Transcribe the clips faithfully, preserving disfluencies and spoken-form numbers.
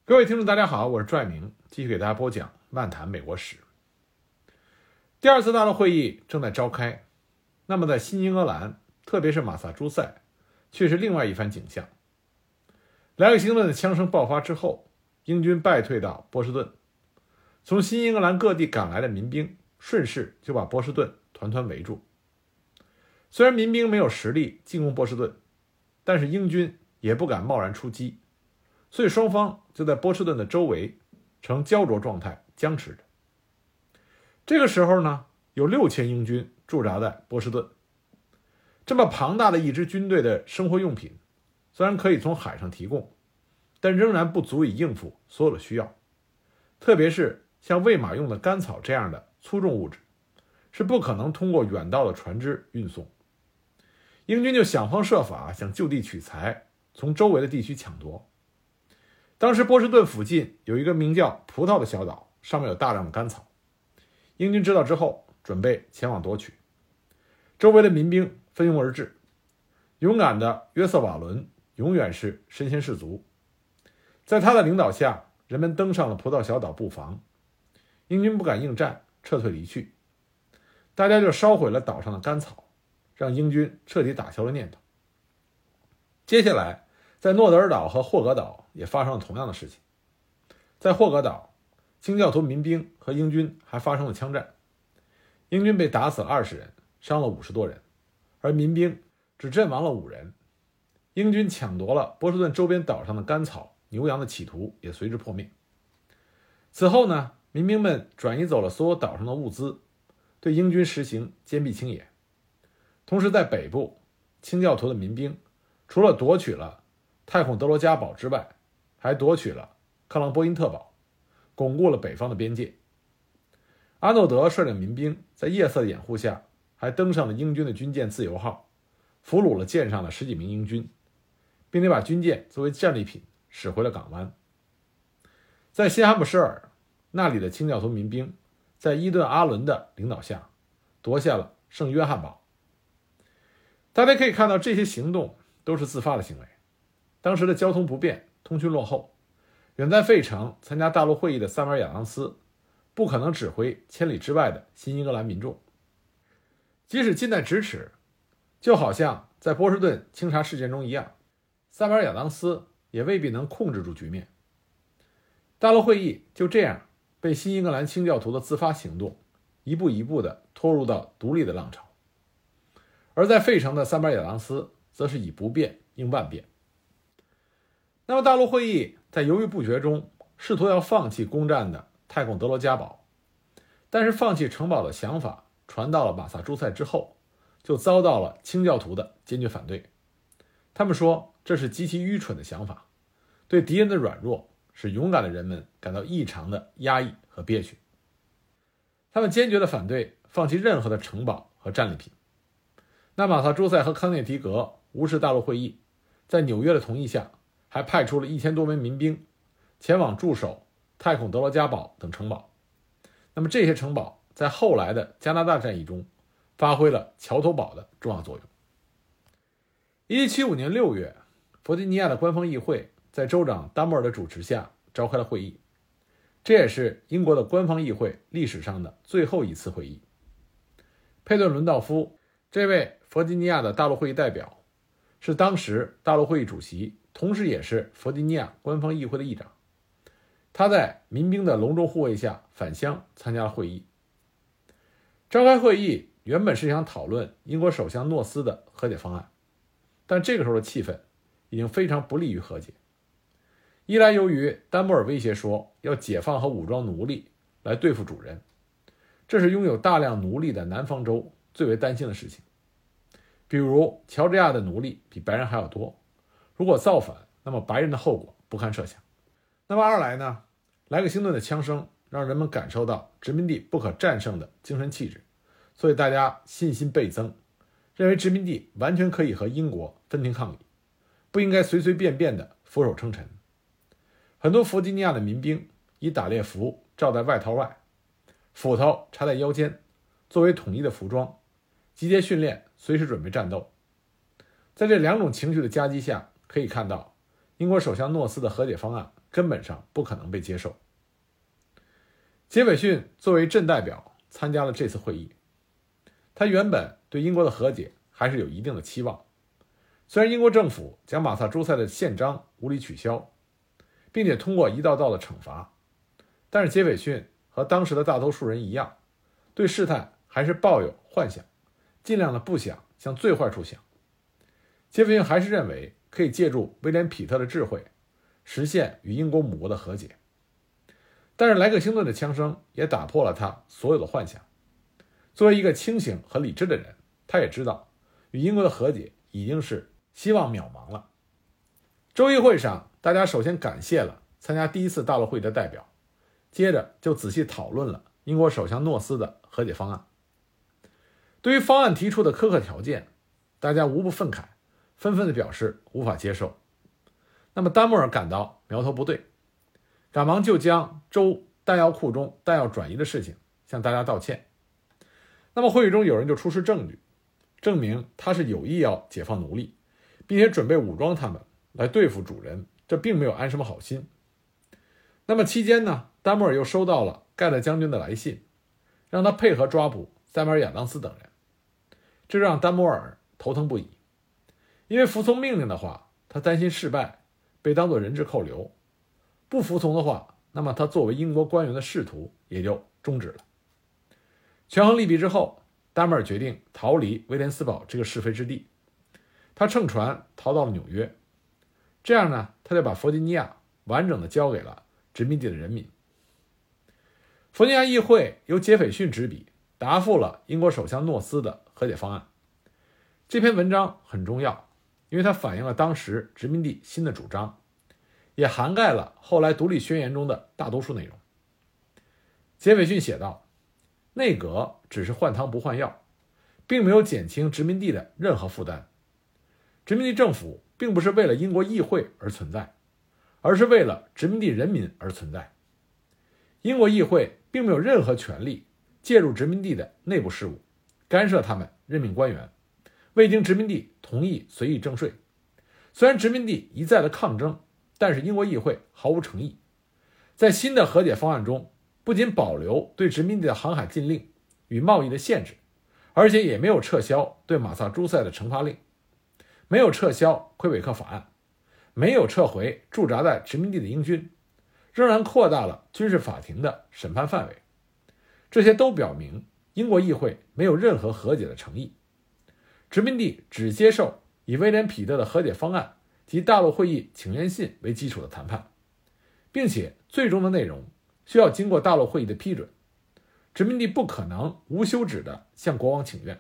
各位听众大家好，我是拽明，继续给大家播讲漫谈美国史。第二次大陆会议正在召开，那么在新英格兰，特别是马萨诸塞，却是另外一番景象。莱克星顿的枪声爆发之后，英军败退到波士顿，从新英格兰各地赶来的民兵顺势就把波士顿团团围住。虽然民兵没有实力进攻波士顿，但是英军也不敢贸然出击，所以双方就在波士顿的周围呈胶着状态僵持着。这个时候呢，有六千英军驻扎在波士顿。这么庞大的一支军队的生活用品，虽然可以从海上提供，但仍然不足以应付所有的需要。特别是像喂马用的干草这样的粗重物质，是不可能通过远道的船只运送。英军就想方设法想就地取材，从周围的地区抢夺。当时波士顿附近有一个名叫葡萄的小岛，上面有大量的干草。英军知道之后，准备前往夺取。周围的民兵蜂拥而至，勇敢的约瑟瓦伦永远是身先士卒。在他的领导下，人们登上了葡萄小岛布防。英军不敢应战，撤退离去。大家就烧毁了岛上的干草，让英军彻底打消了念头。接下来在诺德尔岛和霍格岛也发生了同样的事情。在霍格岛，清教徒民兵和英军还发生了枪战，英军被打死了二十人，伤了五十多人，而民兵只阵亡了五人。英军抢夺了波士顿周边岛上的干草、牛羊的企图也随之破灭。此后呢，民兵们转移走了所有岛上的物资，对英军实行坚壁清野。同时在北部，清教徒的民兵除了夺取了泰孔德罗加堡之外，还夺取了克朗波因特堡，巩固了北方的边界。阿诺德率领民兵在夜色的掩护下，还登上了英军的军舰自由号，俘虏了舰上的十几名英军，并且把军舰作为战利品驶回了港湾。在新罕布什尔，那里的清教徒民兵在伊顿阿伦的领导下夺下了圣约翰堡。大家可以看到，这些行动都是自发的行为。当时的交通不便，通讯落后，远在费城参加大陆会议的萨马尔亚当斯不可能指挥千里之外的新英格兰民众。即使近在咫尺，就好像在波士顿清查事件中一样，萨马尔亚当斯也未必能控制住局面。大陆会议就这样被新英格兰清教徒的自发行动一步一步地拖入到独立的浪潮。而在费城的萨马尔亚当斯则是以不变应万变。那么大陆会议在犹豫不决中试图要放弃攻占的泰孔德罗加堡，但是放弃城堡的想法传到了马萨诸塞之后，就遭到了清教徒的坚决反对。他们说这是极其愚蠢的想法，对敌人的软弱使勇敢的人们感到异常的压抑和憋屈。他们坚决地反对放弃任何的城堡和战利品。那马萨诸塞和康涅狄格无视大陆会议，在纽约的同意下，还派出了一千多名民兵前往驻守泰孔德罗加堡等城堡。那么这些城堡在后来的加拿大战役中发挥了桥头堡的重要作用。一七七五年六月，弗吉尼亚的官方议会在州长丹莫尔的主持下召开了会议，这也是英国的官方议会历史上的最后一次会议。佩顿·伦道夫这位弗吉尼亚的大陆会议代表是当时大陆会议主席，同时也是弗吉尼亚官方议会的议长。他在民兵的隆重护卫下返乡参加了会议。召开会议原本是想讨论英国首相诺斯的和解方案，但这个时候的气氛已经非常不利于和解。一来由于丹莫尔威胁说要解放和武装奴隶来对付主人，这是拥有大量奴隶的南方州最为担心的事情。比如乔治亚的奴隶比白人还要多，如果造反，那么白人的后果不堪设想。那么二来呢，莱克星顿的枪声让人们感受到殖民地不可战胜的精神气质，所以大家信心倍增，认为殖民地完全可以和英国分庭抗礼，不应该随随便便的俯首称臣。很多弗吉尼亚的民兵以打猎服罩在外套外，斧头插在腰间，作为统一的服装，集结训练，随时准备战斗。在这两种情绪的夹击下，可以看到英国首相诺斯的和解方案根本上不可能被接受。杰斐逊作为镇代表参加了这次会议，他原本对英国的和解还是有一定的期望。虽然英国政府将马萨诸塞的宪章无理取消，并且通过一道道的惩罚，但是杰斐逊和当时的大多数人一样，对事态还是抱有幻想，尽量的不想向最坏处想。杰斐逊还是认为可以借助威廉·彼特的智慧，实现与英国母国的和解。但是莱克星顿的枪声也打破了他所有的幻想。作为一个清醒和理智的人，他也知道与英国的和解已经是希望渺茫了。州议会上，大家首先感谢了参加第一次大陆会议的代表，接着就仔细讨论了英国首相诺斯的和解方案。对于方案提出的苛刻条件，大家无不愤慨，纷纷地表示无法接受。那么丹莫尔感到苗头不对，赶忙就将州弹药库中弹药转移的事情向大家道歉。那么会议中有人就出示证据，证明他是有意要解放奴隶，并且准备武装他们来对付主人，这并没有安什么好心。那么期间呢，丹莫尔又收到了盖勒将军的来信，让他配合抓捕塞缪尔·亚当斯等人，这让丹摩尔头疼不已。因为服从命令的话，他担心失败，被当作人质扣留；不服从的话，那么他作为英国官员的仕途也就终止了。权衡利弊之后，丹摩尔决定逃离威廉斯堡这个是非之地，他乘船逃到了纽约。这样呢，他就把弗吉尼亚完整的交给了殖民地的人民。弗吉尼亚议会由杰斐逊执笔，答复了英国首相诺斯的和解方案。这篇文章很重要，因为它反映了当时殖民地新的主张，也涵盖了后来独立宣言中的大多数内容。杰斐逊写道，内阁只是换汤不换药，并没有减轻殖民地的任何负担。殖民地政府并不是为了英国议会而存在，而是为了殖民地人民而存在。英国议会并没有任何权利介入殖民地的内部事务，干涉他们任命官员，未经殖民地同意随意征税。虽然殖民地一再的抗争，但是英国议会毫无诚意。在新的和解方案中，不仅保留对殖民地的航海禁令与贸易的限制，而且也没有撤销对马萨诸塞的惩罚令，没有撤销魁北克法案，没有撤回驻扎在殖民地的英军，仍然扩大了军事法庭的审判范围。这些都表明英国议会没有任何和解的诚意。殖民地只接受以威廉·彼特的和解方案及大陆会议请愿信为基础的谈判，并且最终的内容需要经过大陆会议的批准。殖民地不可能无休止地向国王请愿。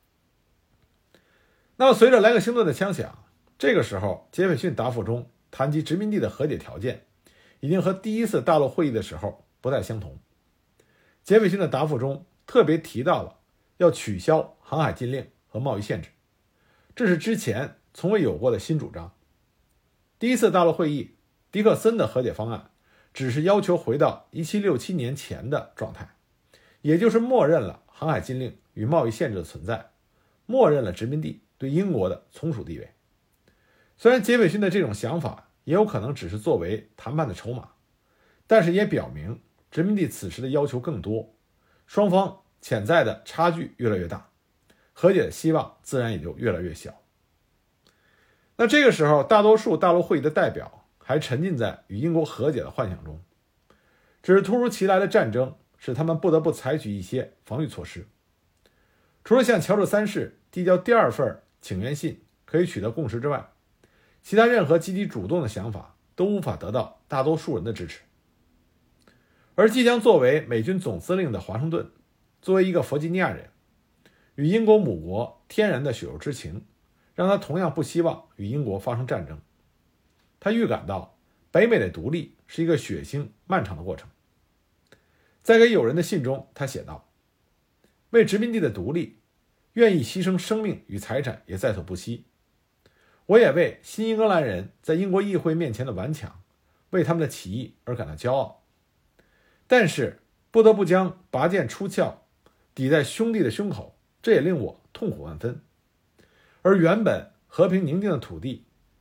那么随着莱克星顿的枪响，这个时候杰斐逊答复中谈及殖民地的和解条件已经和第一次大陆会议的时候不太相同。杰斐逊的答复中特别提到了要取消航海禁令和贸易限制，这是之前从未有过的新主张。第一次大陆会议，迪克森的和解方案只是要求回到一七六七年前的状态，也就是默认了航海禁令与贸易限制的存在，默认了殖民地对英国的从属地位。虽然杰斐逊的这种想法也有可能只是作为谈判的筹码，但是也表明殖民地此时的要求更多，双方潜在的差距越来越大，和解的希望自然也就越来越小。那这个时候，大多数大陆会议的代表还沉浸在与英国和解的幻想中，只是突如其来的战争使他们不得不采取一些防御措施。除了向乔治三世递交第二份请愿信可以取得共识之外，其他任何积极主动的想法都无法得到大多数人的支持。而即将作为美军总司令的华盛顿，作为一个弗吉尼亚人，与英国母国天然的血肉之情让他同样不希望与英国发生战争。他预感到北美的独立是一个血腥漫长的过程。在给友人的信中，他写道，为殖民地的独立愿意牺牲生命与财产也在所不惜。我也为新英格兰人在英国议会面前的顽强，为他们的起义而感到骄傲。但是不得不将拔剑出鞘抵在兄弟的胸口，这也令我痛苦万分。而原本和平宁静的土地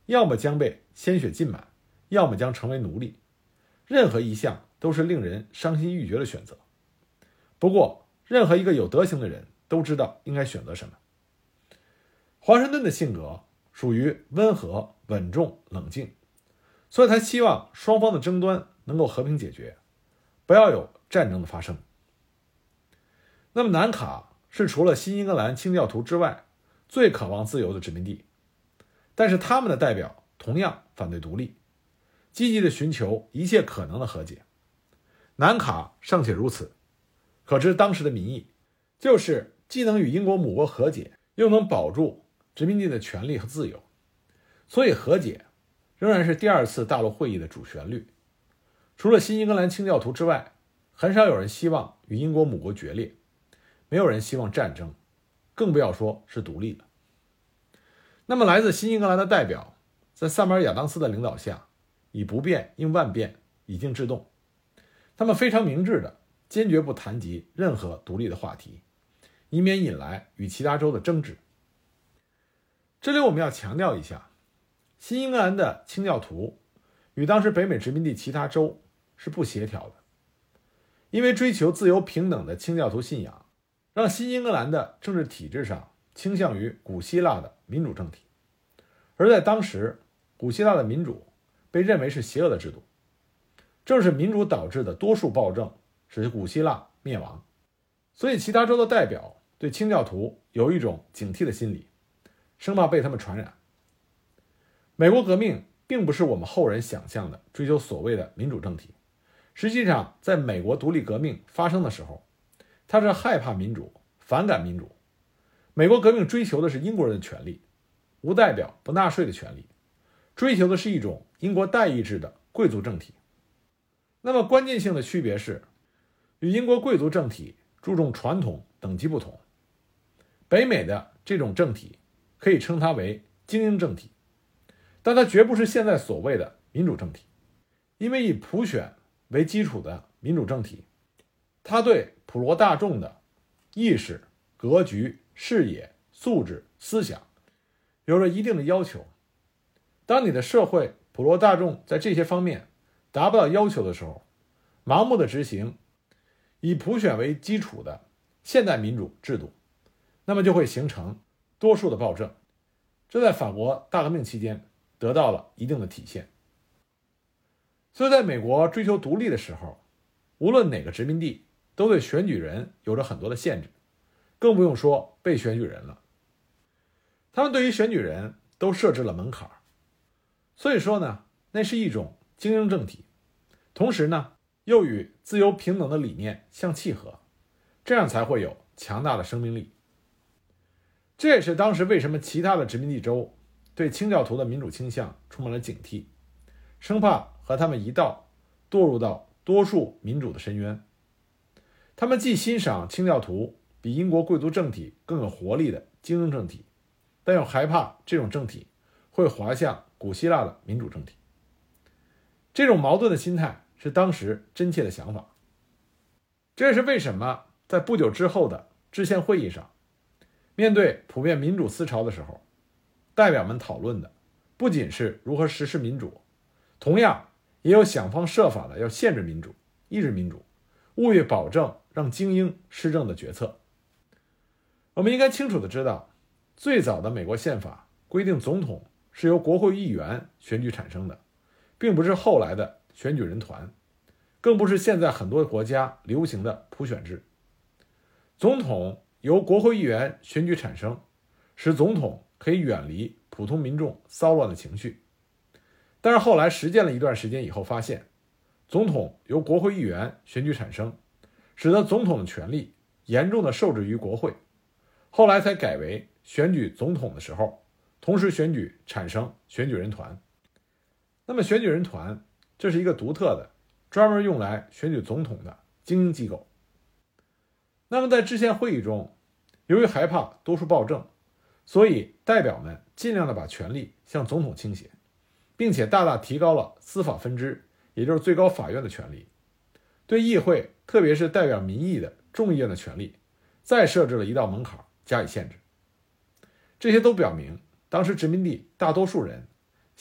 要么将被鲜血浸满，要么将成为奴隶，任何一项都是令人伤心欲绝的选择。不过任何一个有德行的人都知道应该选择什么。华盛顿的性格属于温和、稳重、冷静，所以他希望双方的争端能够和平解决，不要有战争的发生。那么南卡是除了新英格兰清教徒之外最渴望自由的殖民地，但是他们的代表同样反对独立，积极地寻求一切可能的和解。南卡尚且如此，可知当时的民意就是既能与英国母国和解，又能保住殖民地的权利和自由。所以和解仍然是第二次大陆会议的主旋律。除了新英格兰清教徒之外，很少有人希望与英国母国决裂，没有人希望战争，更不要说是独立了。那么来自新英格兰的代表在萨马尔亚当斯的领导下，以不变应万变，以静制动。他们非常明智的坚决不谈及任何独立的话题，以免引来与其他州的争执。这里我们要强调一下，新英格兰的清教徒与当时北美殖民地其他州是不协调的，因为追求自由平等的清教徒信仰让新英格兰的政治体制上倾向于古希腊的民主政体，而在当时古希腊的民主被认为是邪恶的制度，正是民主导致的多数暴政使古希腊灭亡。所以其他州的代表对清教徒有一种警惕的心理，生怕被他们传染。美国革命并不是我们后人想象的追求所谓的民主政体，实际上在美国独立革命发生的时候，他是害怕民主，反感民主。美国革命追求的是英国人的权利，无代表不纳税的权利，追求的是一种英国代议制的贵族政体。那么关键性的区别是，与英国贵族政体注重传统等级不同，北美的这种政体可以称它为精英政体，但它绝不是现在所谓的民主政体。因为以普选为基础的民主政体，它对普罗大众的意识、格局、视野、素质、思想有着一定的要求。当你的社会普罗大众在这些方面达不到要求的时候，盲目的执行以普选为基础的现代民主制度，那么就会形成多数的暴政。这在法国大革命期间得到了一定的体现。所以在美国追求独立的时候，无论哪个殖民地都对选举人有着很多的限制，更不用说被选举人了。他们对于选举人都设置了门槛，所以说呢，那是一种精英政体，同时呢又与自由平等的理念相契合，这样才会有强大的生命力。这也是当时为什么其他的殖民地州对清教徒的民主倾向充满了警惕，生怕和他们一道堕入到多数民主的深渊。他们既欣赏清教徒比英国贵族政体更有活力的精英政体，但又害怕这种政体会滑向古希腊的民主政体。这种矛盾的心态是当时真切的想法。这也是为什么在不久之后的制宪会议上，面对普遍民主思潮的时候，代表们讨论的不仅是如何实施民主，同样也有想方设法的要限制民主、抑制民主，务欲保证让精英施政的决策。我们应该清楚地知道，最早的美国宪法规定总统是由国会议员选举产生的，并不是后来的选举人团，更不是现在很多国家流行的普选制。总统由国会议员选举产生，使总统可以远离普通民众骚乱的情绪。但是后来实践了一段时间以后发现，总统由国会议员选举产生，使得总统的权力严重的受制于国会。后来才改为选举总统的时候，同时选举产生选举人团。那么选举人团，这是一个独特的专门用来选举总统的精英机构。那么在制宪会议中，由于害怕多数暴政，所以代表们尽量的把权力向总统倾斜，并且大大提高了司法分支，也就是最高法院的权力，对议会特别是代表民意的众议院的权力再设置了一道门槛加以限制。这些都表明当时殖民地大多数人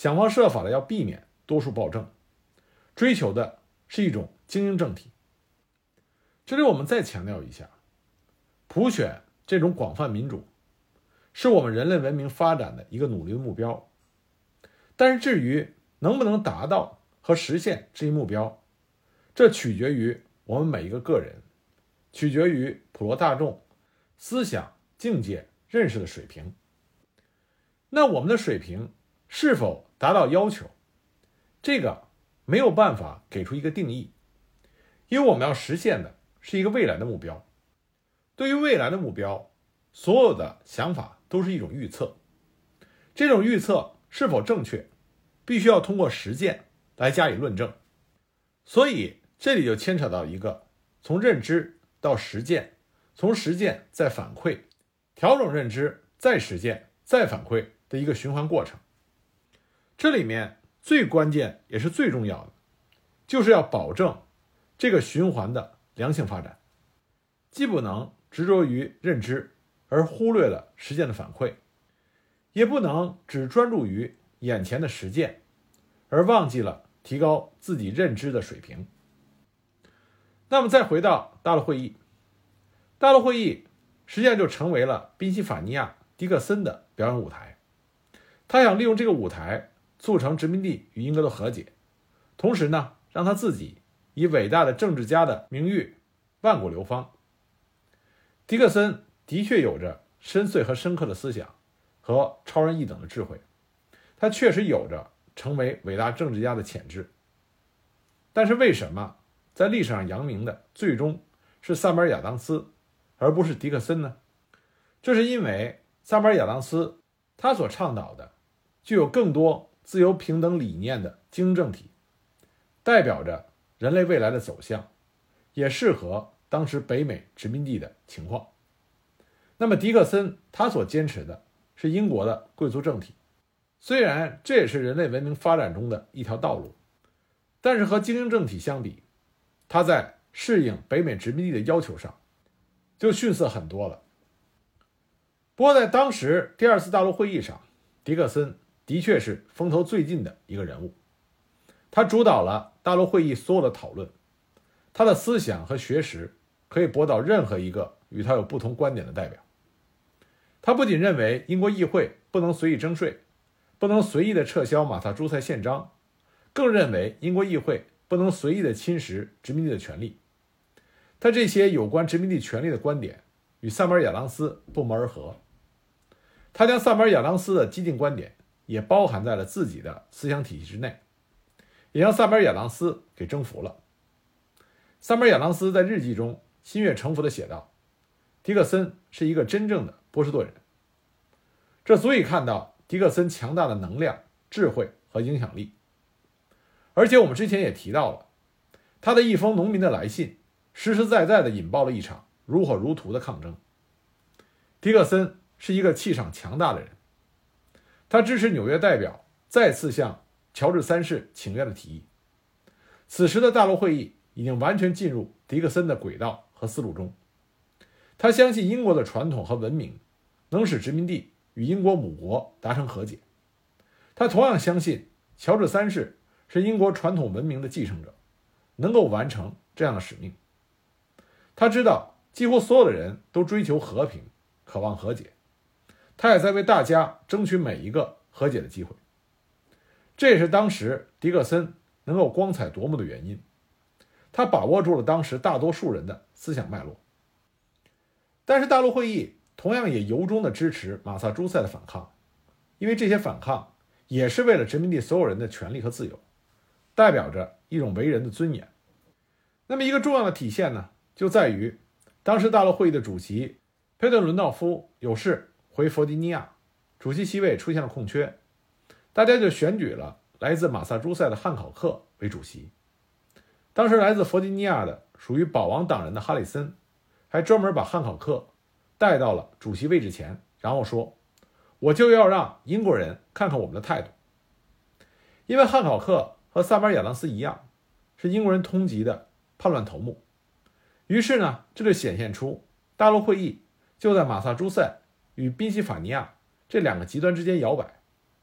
想方设法的要避免多数暴政，追求的是一种精英政体。这里我们再强调一下，普选这种广泛民主是我们人类文明发展的一个努力的目标，但是至于能不能达到和实现这一目标，这取决于我们每一个个人，取决于普罗大众思想境界认识的水平。那我们的水平是否达到要求，这个没有办法给出一个定义，因为我们要实现的是一个未来的目标。对于未来的目标，所有的想法都是一种预测，这种预测是否正确，必须要通过实践来加以论证。所以这里就牵扯到一个从认知到实践，从实践再反馈，调整认知，再实践，再反馈的一个循环过程。这里面最关键也是最重要的，就是要保证这个循环的良性发展，既不能执着于认知而忽略了实践的反馈，也不能只专注于眼前的实践而忘记了提高自己认知的水平。那么再回到大陆会议，大陆会议实际上就成为了宾夕法尼亚迪克森的表演舞台。他想利用这个舞台促成殖民地与英国的和解，同时呢，让他自己以伟大的政治家的名誉万古流芳。迪克森的确有着深邃和深刻的思想和超人一等的智慧，他确实有着成为伟大政治家的潜质。但是为什么在历史上扬名的最终是萨马尔亚当斯而不是迪克森呢？这是因为萨马尔亚当斯他所倡导的具有更多自由平等理念的精英政体，代表着人类未来的走向，也适合当时北美殖民地的情况。那么迪克森他所坚持的是英国的贵族政体，虽然这也是人类文明发展中的一条道路，但是和精英政体相比，他在适应北美殖民地的要求上就逊色很多了。不过在当时第二次大陆会议上，迪克森的确是风头最劲的一个人物，他主导了大陆会议所有的讨论，他的思想和学识可以驳倒任何一个与他有不同观点的代表。他不仅认为英国议会不能随意征税，不能随意的撤销马萨诸塞宪章，更认为英国议会不能随意的侵蚀殖民地的权利。他这些有关殖民地权利的观点与萨马尔亚当斯不谋而合，他将萨马尔亚当斯的激进观点也包含在了自己的思想体系之内，也让萨马尔亚当斯给征服了。萨马尔亚当斯在日记中心悦诚服地写道，迪克森是一个真正的波士顿人。这足以看到迪克森强大的能量、智慧和影响力。而且我们之前也提到了，他的一封农民的来信实实在在地引爆了一场如火如荼的抗争。迪克森是一个气场强大的人，他支持纽约代表再次向乔治三世请愿的提议。此时的大陆会议已经完全进入迪克森的轨道和思路中，他相信英国的传统和文明能使殖民地与英国母国达成和解。他同样相信乔治三世是英国传统文明的继承者，能够完成这样的使命。他知道几乎所有的人都追求和平，渴望和解，他也在为大家争取每一个和解的机会。这也是当时迪克森能够光彩夺目的原因，他把握住了当时大多数人的思想脉络。但是大陆会议同样也由衷地支持马萨诸塞的反抗，因为这些反抗也是为了殖民地所有人的权利和自由，代表着一种为人的尊严。那么一个重要的体现呢，就在于当时大陆会议的主席佩顿伦道夫有事回弗吉尼亚，主席席位出现了空缺，大家就选举了来自马萨诸塞的汉考克为主席。当时来自弗吉尼亚的属于保王党人的哈里森还专门把汉考克带到了主席位置前，然后说，我就要让英国人看看我们的态度。因为汉考克和萨马尔亚当斯一样是英国人通缉的叛乱头目，于是呢，这就显现出大陆会议就在马萨诸塞与宾夕法尼亚这两个极端之间摇摆，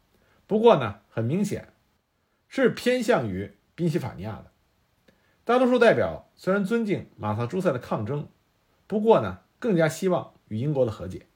不过呢，很明显是偏向于宾夕法尼亚的。大多数代表虽然尊敬马萨诸塞的抗争，不过呢，更加希望与英国的和解。